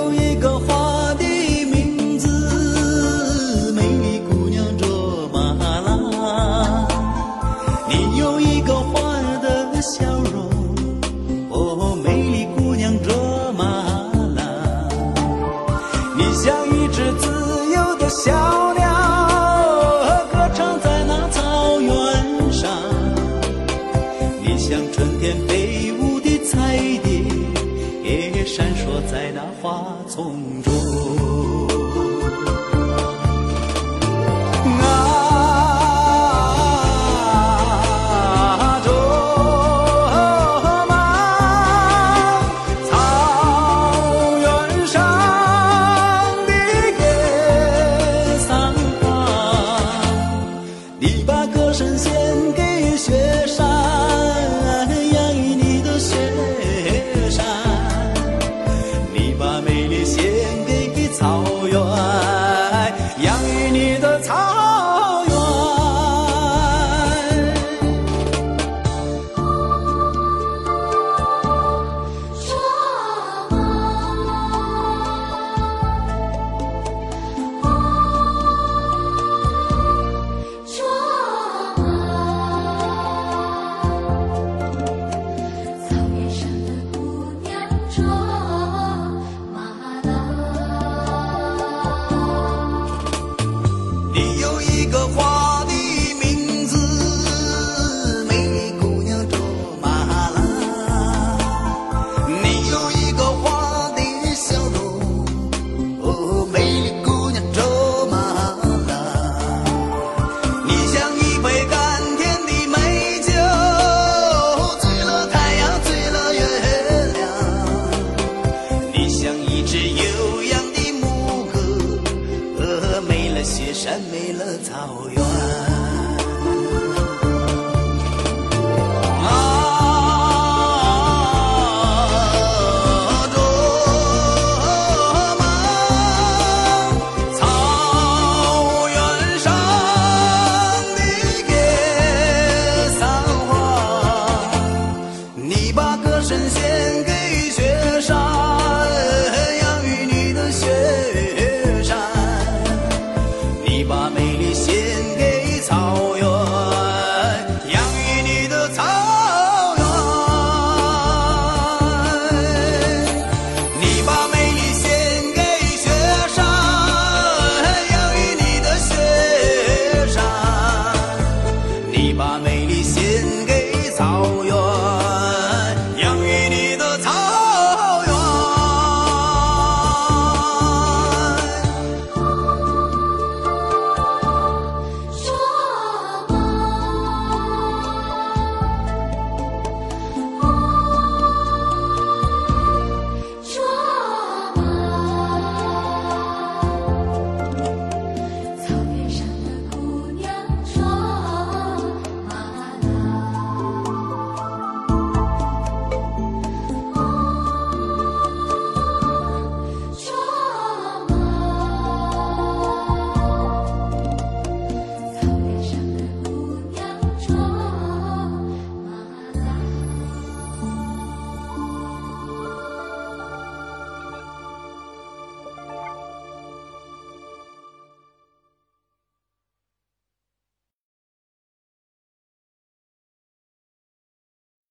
有一个花的名字，美丽姑娘卓玛拉。你有一个花儿的笑容，哦，美丽姑娘卓玛拉。你像一只自由的小鸟，歌唱在那草原上。你像春天飞舞的彩蝶，也闪烁在那花丛中。你把歌声献给雪山，养育你的雪山。你把美丽献给草原，养育你的草原。你有一个花的名字，美丽姑娘卓玛拉。你有一个花的笑容，哦，美丽姑娘卓玛拉。你像一杯甘甜的美酒，醉了太阳，醉了月亮。你像一只悠扬的牧歌，没了雪山，没了草原。